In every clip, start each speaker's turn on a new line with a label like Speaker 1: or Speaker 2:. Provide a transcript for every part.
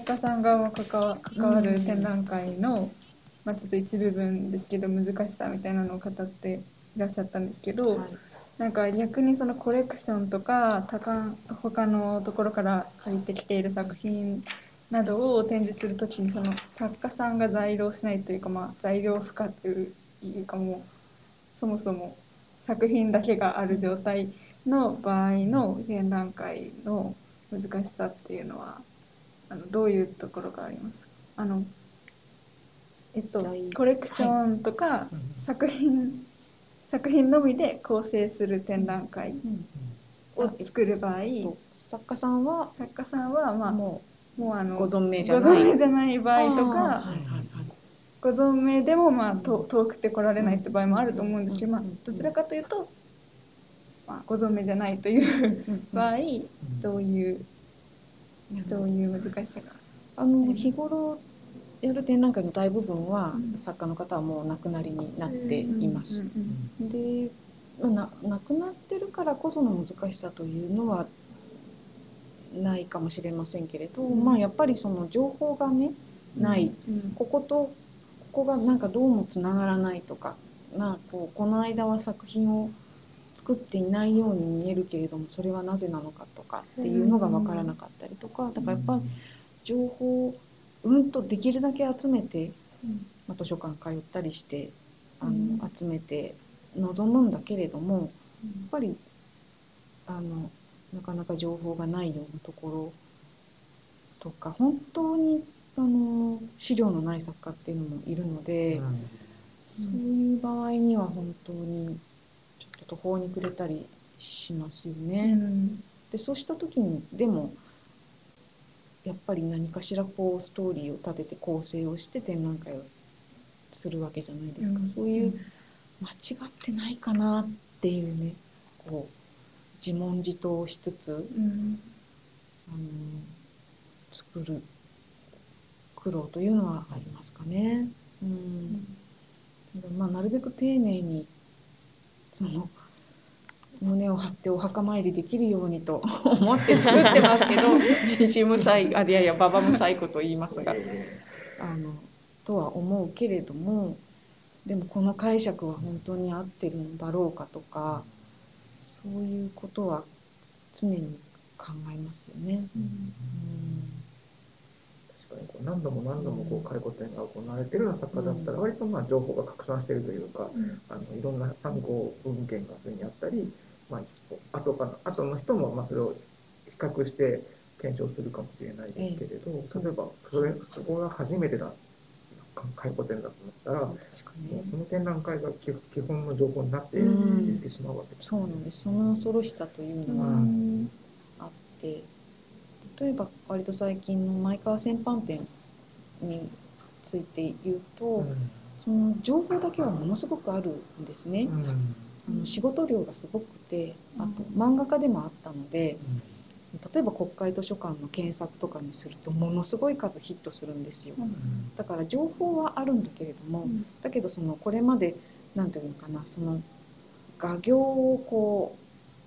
Speaker 1: 家さん側も関わる展覧会の、ちょっと一部分ですけど難しさみたいなのを語っていらっしゃったんですけど、なんか逆にそのコレクションとか他のところから借りてきている作品などを展示するときに、その作家さんが在庫しないというか、材料不可というか、もうそもそも作品だけがある状態の場合の展覧会の難しさっていうのはどういうところがありますか？コレクションとか作品のみで構成する展覧会を作る場合、
Speaker 2: 作家さんは
Speaker 1: もう
Speaker 2: ご存命じゃない
Speaker 1: 場合とか、ご存命でも遠くて来られないって場合もあると思うんですけど、どちらかというと、ご存命じゃないという場合、どういう難しさが
Speaker 2: 日頃やる展覧会の大部分は、作家の方はもう亡くなりになっています。で、亡くなってるからこその難しさというのはないかもしれませんけれど、やっぱりその情報がねない、こことここがなんかどうもつながらないとか、この間は作品を作っていないように見えるけれども、それはなぜなのかとかっていうのが分からなかったりとか、だからやっぱり情報をできるだけ集めて、図書館通ったりして集めて臨むんだけれども、やっぱりなかなか情報がないようなところとか、本当に資料のない作家っていうのもいるので、そういう場合には本当にちょっと途方に暮れたりしますよね。でそうした時にでもやっぱり何かしらこうストーリーを立てて構成をして展覧会をするわけじゃないですか。そういう間違ってないかなっていうね、こう自問自答しつつ、作る苦労というのはありますかね。なるべく丁寧に胸を張ってお墓参りできるようにと思って作ってますけど、じじむさい、ババむさいこと言いますが、とは思うけれども、でもこの解釈は本当に合ってるんだろうかとか、そういうことは常に考えますよね。
Speaker 3: 確かに何度も回顧展が行われているような作家だったら、割と情報が拡散しているというか、いろんな参考文献がそれにあったり、後の人もそれを比較して検証するかもしれないですけれど、例えばそこが初めてだ回顧展だと思ったら、その展覧会が基本の情報になっていってしまうわけです、
Speaker 2: そうなんです。その恐ろしさというのはあって、例えば割と最近の前川戦犯展について言うと、その情報だけはものすごくあるんですね。仕事量がすごくて、あと漫画家でもあったので、例えば国会図書館の検索とかにするとものすごい数ヒットするんですよ。だから情報はあるんだけれども、だけどこれまでなんていうのかな、その画業を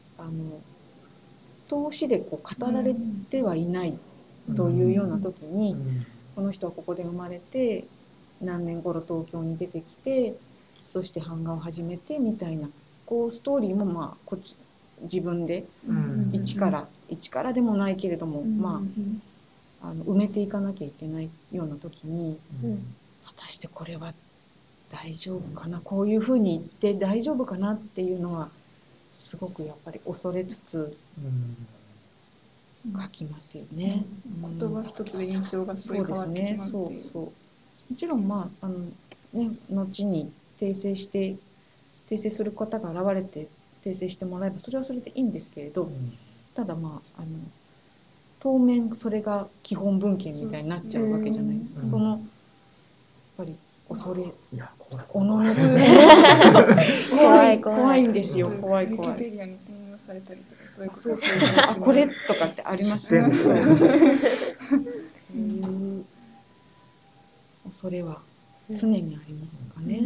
Speaker 2: 通しで語られてはいないというような時に、この人はここで生まれて何年頃東京に出てきて、そして版画を始めてみたいなストーリーも自分で一からでもないけれども、埋めていかなきゃいけないような時に、果たしてこれは大丈夫かな、こういうふうに言って大丈夫かなっていうのはすごくやっぱり恐れつつ書きますよね。
Speaker 1: 言葉一つで印象がすごい変わってしまうっていう。
Speaker 2: もちろん後に訂正する方が現れて訂正してもらえばそれはそれでいいんですけれど、ただ当面それが基本文献みたいになっちゃうわけじゃないですか。やっぱり恐れ、おのの怖いんですよ。怖い。
Speaker 1: ウィキペディアに転用されたりとか、そういうこと。
Speaker 2: そうこれとかってありますよね。そういう恐れは常にありますかね。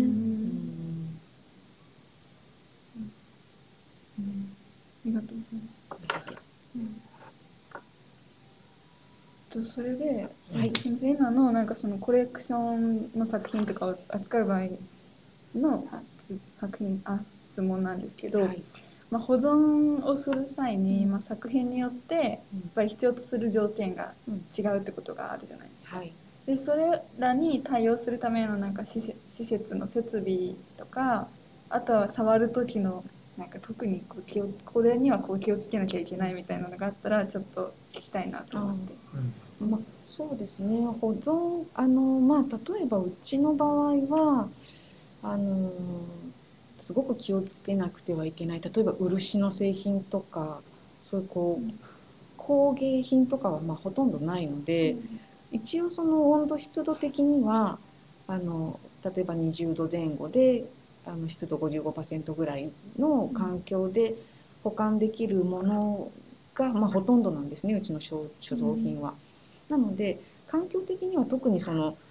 Speaker 1: ありがとうございます。 それで、
Speaker 2: はい、
Speaker 1: 先生今のなんかそのコレクションの作品とかを扱う場合の質問なんですけど、
Speaker 2: はい、
Speaker 1: まあ、保存をする際に、まあ、作品によってやっぱり必要とする条件が違うってことがあるじゃないですか。
Speaker 2: はい、
Speaker 1: でそれらに対応するためのなんか施設の設備とか、あとは触る時のなんか特にこれにはこう気をつけなきゃいけないみたいなのがあったらちょっと聞きたいなと思って。
Speaker 2: まあ、そうですね、保存、まあ、例えばうちの場合は、あのすごく気をつけなくてはいけない、例えば漆の製品とか、そういう工芸品とかはまあほとんどないので、一応その温度湿度的には、例えば20度前後で湿度55%ぐらいの環境で保管できるものが、まあ、ほとんどなんですね、うちの所蔵品は。なので環境的には特に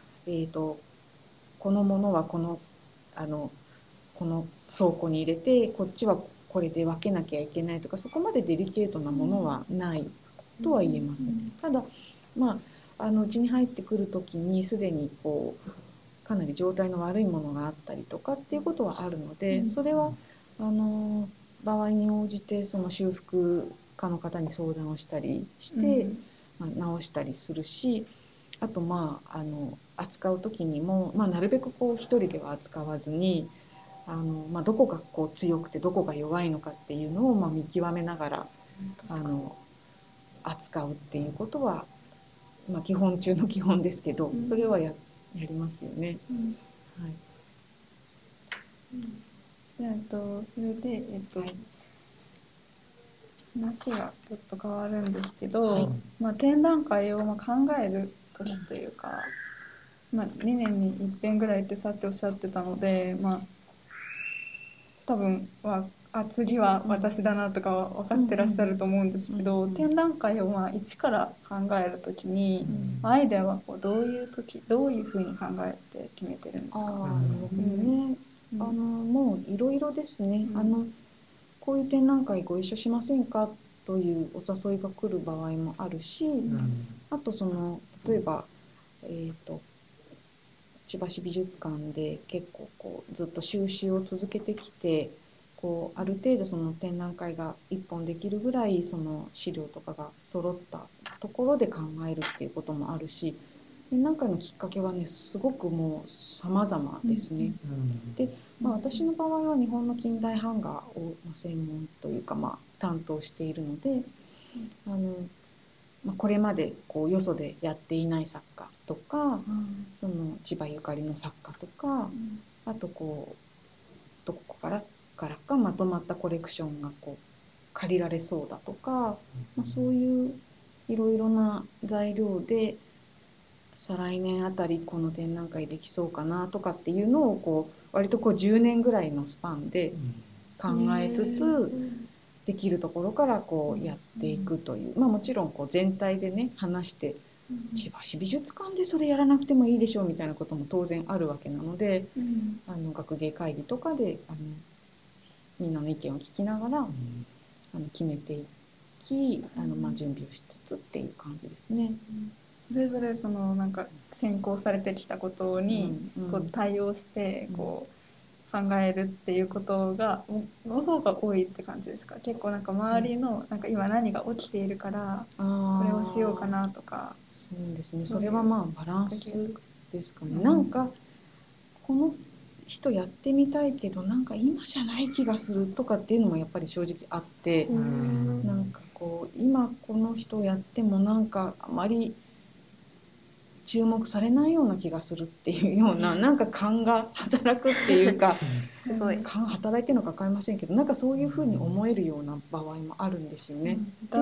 Speaker 2: このものはあのこの倉庫に入れてこっちはこれで分けなきゃいけないとか、そこまでデリケートなものはないとは言えます。ただ、まあ、うちに入ってくる時にすでにかなり状態の悪いものがあったりとかっていうことはあるので、それは場合に応じてその修復家の方に相談をしたりして、まあ、直したりするし、あと扱う時にも、まあ、なるべく一人では扱わずにまあ、どこが強くてどこが弱いのかっていうのをまあ見極めながら扱うっていうことは、まあ、基本中の基本ですけど、それはやりますよね。はい。
Speaker 1: それで、
Speaker 2: はい、
Speaker 1: 話がちょっと変わるんですけど、
Speaker 2: はい、
Speaker 1: まあ、展覧会をまあ考える時というか、まあ、2年に一遍ぐらいってさっきおっしゃってたので、まあ、多分は次は私だなとかは分かってらっしゃると思うんですけど、展覧会をまあ一から考えるときに、アイデアはどういうふうに考えて決めてるんですか？
Speaker 2: なるほどね。もういろいろですね。こういう展覧会ご一緒しませんかというお誘いが来る場合もあるし、あと例えば、千葉市美術館で結構ずっと収集を続けてきて、ある程度その展覧会が一本できるぐらいその資料とかが揃ったところで考えるっていうこともあるし、展覧会のきっかけはね、すごくもう様々ですね。で、まあ、私の場合は日本の近代版画を専門というか、まあ、担当しているので、あのまあ、これまでよそでやっていない作家とか、その千葉ゆかりの作家とか、あとどこからかまとまったコレクションが借りられそうだとか、まあ、そういういろいろな材料で再来年あたりこの展覧会できそうかなとかっていうのを割と10年ぐらいのスパンで考えつつ、できるところからやっていくという、まあ、もちろん全体でね話して、千葉市美術館でそれやらなくてもいいでしょうみたいなことも当然あるわけなので、学芸会議とかでみんなの意見を聞きながら決めていきまあ、準備をしつつっていう感じですね。
Speaker 1: それぞれそのなんか先行されてきたことに対応して考えるっていうことの方が多いって感じですか？結構なんか周りのなんか今何が起きているからこれをしようかなとか。
Speaker 2: そうですね、それはまあバランスですかね。なんかこの人やってみたいけどなんか今じゃない気がするとかっていうのもやっぱり正直あって、なんか今この人やってもなんかあまり注目されないような気がするっていうような、なんか勘が働くっていうか、すごい勘働いてるのか分かりませんけど、なんかそういうふうに思えるような場合もあるんですよね。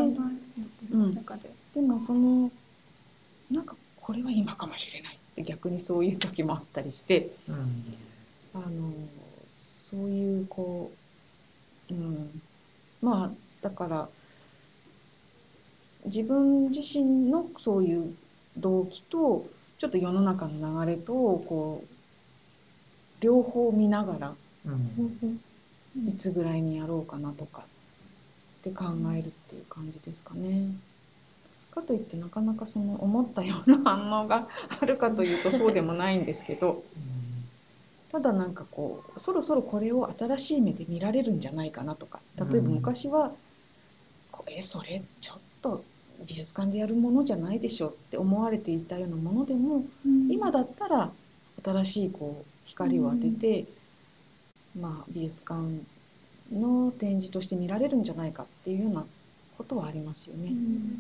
Speaker 2: でもなんかこれは今かもしれないって逆にそういう時もあったりして、そういうまあだから自分自身のそういう動機とちょっと世の中の流れと両方見ながら、いつぐらいにやろうかなとかって考えるっていう感じですかね。 かといってなかなかその思ったような反応があるかというとそうでもないんですけど、ただなんかこうそろそろこれを新しい目で見られるんじゃないかなとか、例えば昔はそれちょっと美術館でやるものじゃないでしょって思われていたようなものでも、今だったら新しいこう光を当てて、まあ、美術館の展示として見られるんじゃないかっていうようなことはありますよね。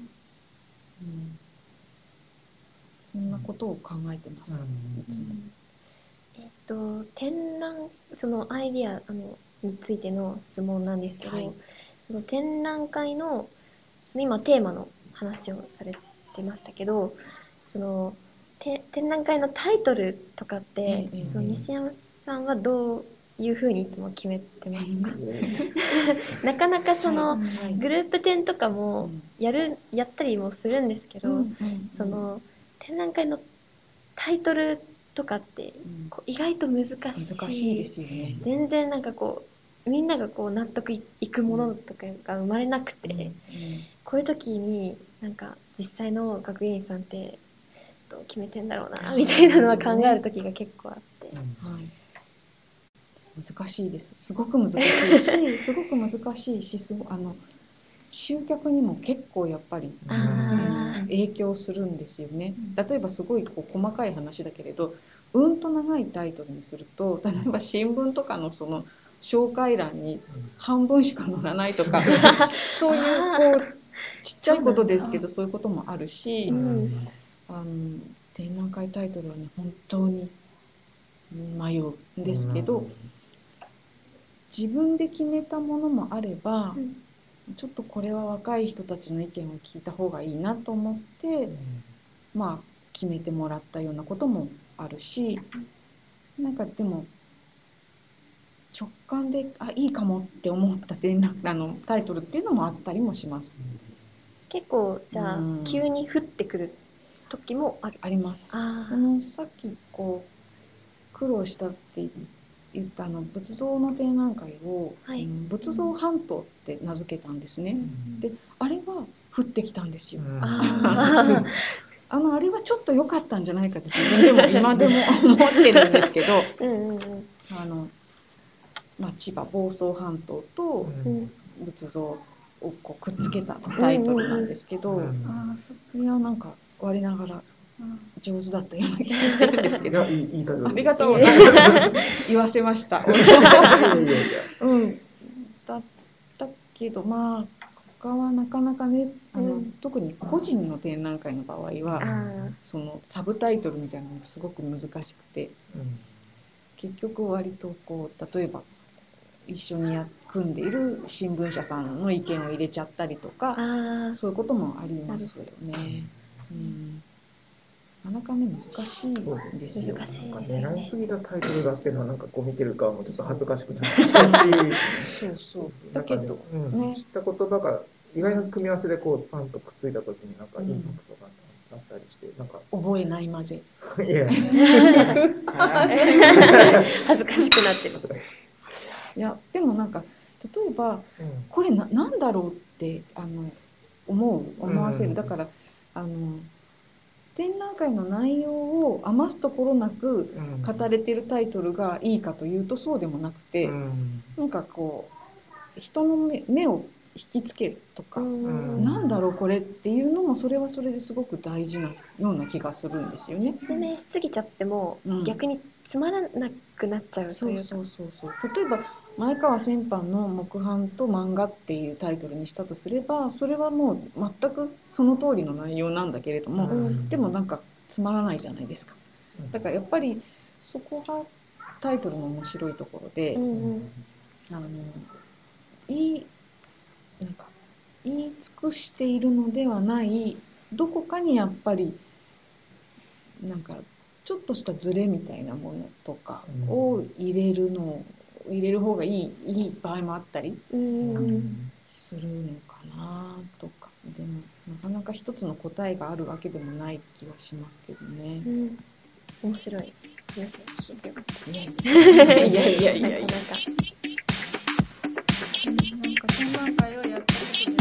Speaker 2: そんなことを考えてます、いつも。
Speaker 4: 展覧、そのアイディアについての質問なんですけど、その展覧会の今テーマの話をされてましたけど、その展覧会のタイトルとかって、その西山さんはどういうふうにいつも決めてますか？なかなかその、グループ展とかもやったりもするんですけど、その展覧会のタイトルとかってこう意外と難しい
Speaker 2: ですよね。
Speaker 4: 全然なんかこうみんながこう納得いくものとかが生まれなくて、こういう時になんか実際の学芸員さんってどう決めてんだろうなみたいなのは考える時が結構あって、
Speaker 2: 難しいです。すごく難しいし、集客にも結構やっぱり影響するんですよね。例えばすごいこう細かい話だけれど、と長いタイトルにすると、例えば新聞とかのその紹介欄に半分しか載らないとか、そういうこうちっちゃいことですけど、そういうこともあるし、展覧会タイトルはね、本当に迷うんですけど、自分で決めたものもあれば、ちょっとこれは若い人たちの意見を聞いた方がいいなと思って、まあ決めてもらったようなこともあるし、なんかでも直感でいいかもって思ったタイトルっていうのもあったりもします。
Speaker 4: 結構じゃあ、急に降ってくる時も
Speaker 2: あります。そのさっきこう苦労したって言った仏像の展覧会を、仏像半島って名付けたんですね。であれは降ってきたんですよ。あれはちょっと良かったんじゃないかって自分でも今でも思ってるんですけど、千葉房総半島と仏像をこうくっつけたタイトルなんですけど、それはなんか我ながら上手だったような気がしてるんですけど、ありがとうございます。言わせました。だったけど、まあ他はなかなかね、特に個人の展覧会の場合は、そのサブタイトルみたいなのがすごく難しくて、結局割とこう例えば一緒に組んでいる新聞社さんの意見を入れちゃったりとか、そういうこともありますよね。なかなかね難しいんですよ。
Speaker 3: 狙いすぎたタイトルだっていうのはなんかこう見てる側もちょっと恥ずかしくなっちゃうし、
Speaker 2: だけど
Speaker 3: ね、知った言葉が意外な組み合わせでこうパンとくっついた時になんかインパクトがあったりして、なんか
Speaker 2: 覚えないまぜ。
Speaker 3: いや
Speaker 4: 恥ずかしくなってる。
Speaker 2: いやでもなんか例えば、これなんだろうって思わせる。だから展覧会の内容を余すところなく語れているタイトルがいいかというとそうでもなくて、なんかこう人の目を引きつけるとか、なんだろうこれっていうのもそれはそれですごく大事なような気がするんですよね。
Speaker 4: 説明しすぎちゃっても、逆につまらなくなっちゃうというか。
Speaker 2: 例えば前川先般の木版と漫画っていうタイトルにしたとすれば、それはもう全くその通りの内容なんだけれども、でもなんかつまらないじゃないですか。だからやっぱりそこがタイトルの面白いところで、なんか言い尽くしているのではない、どこかにやっぱりなんかちょっとしたズレみたいなものとかを入れる方がいい場合もあったりするのかなとか。でもなかなか一つの答えがあるわけでもない気はしますけどね。
Speaker 4: 面白い。聞いてよかった。
Speaker 2: いや。
Speaker 1: なんか展覧会をやったことで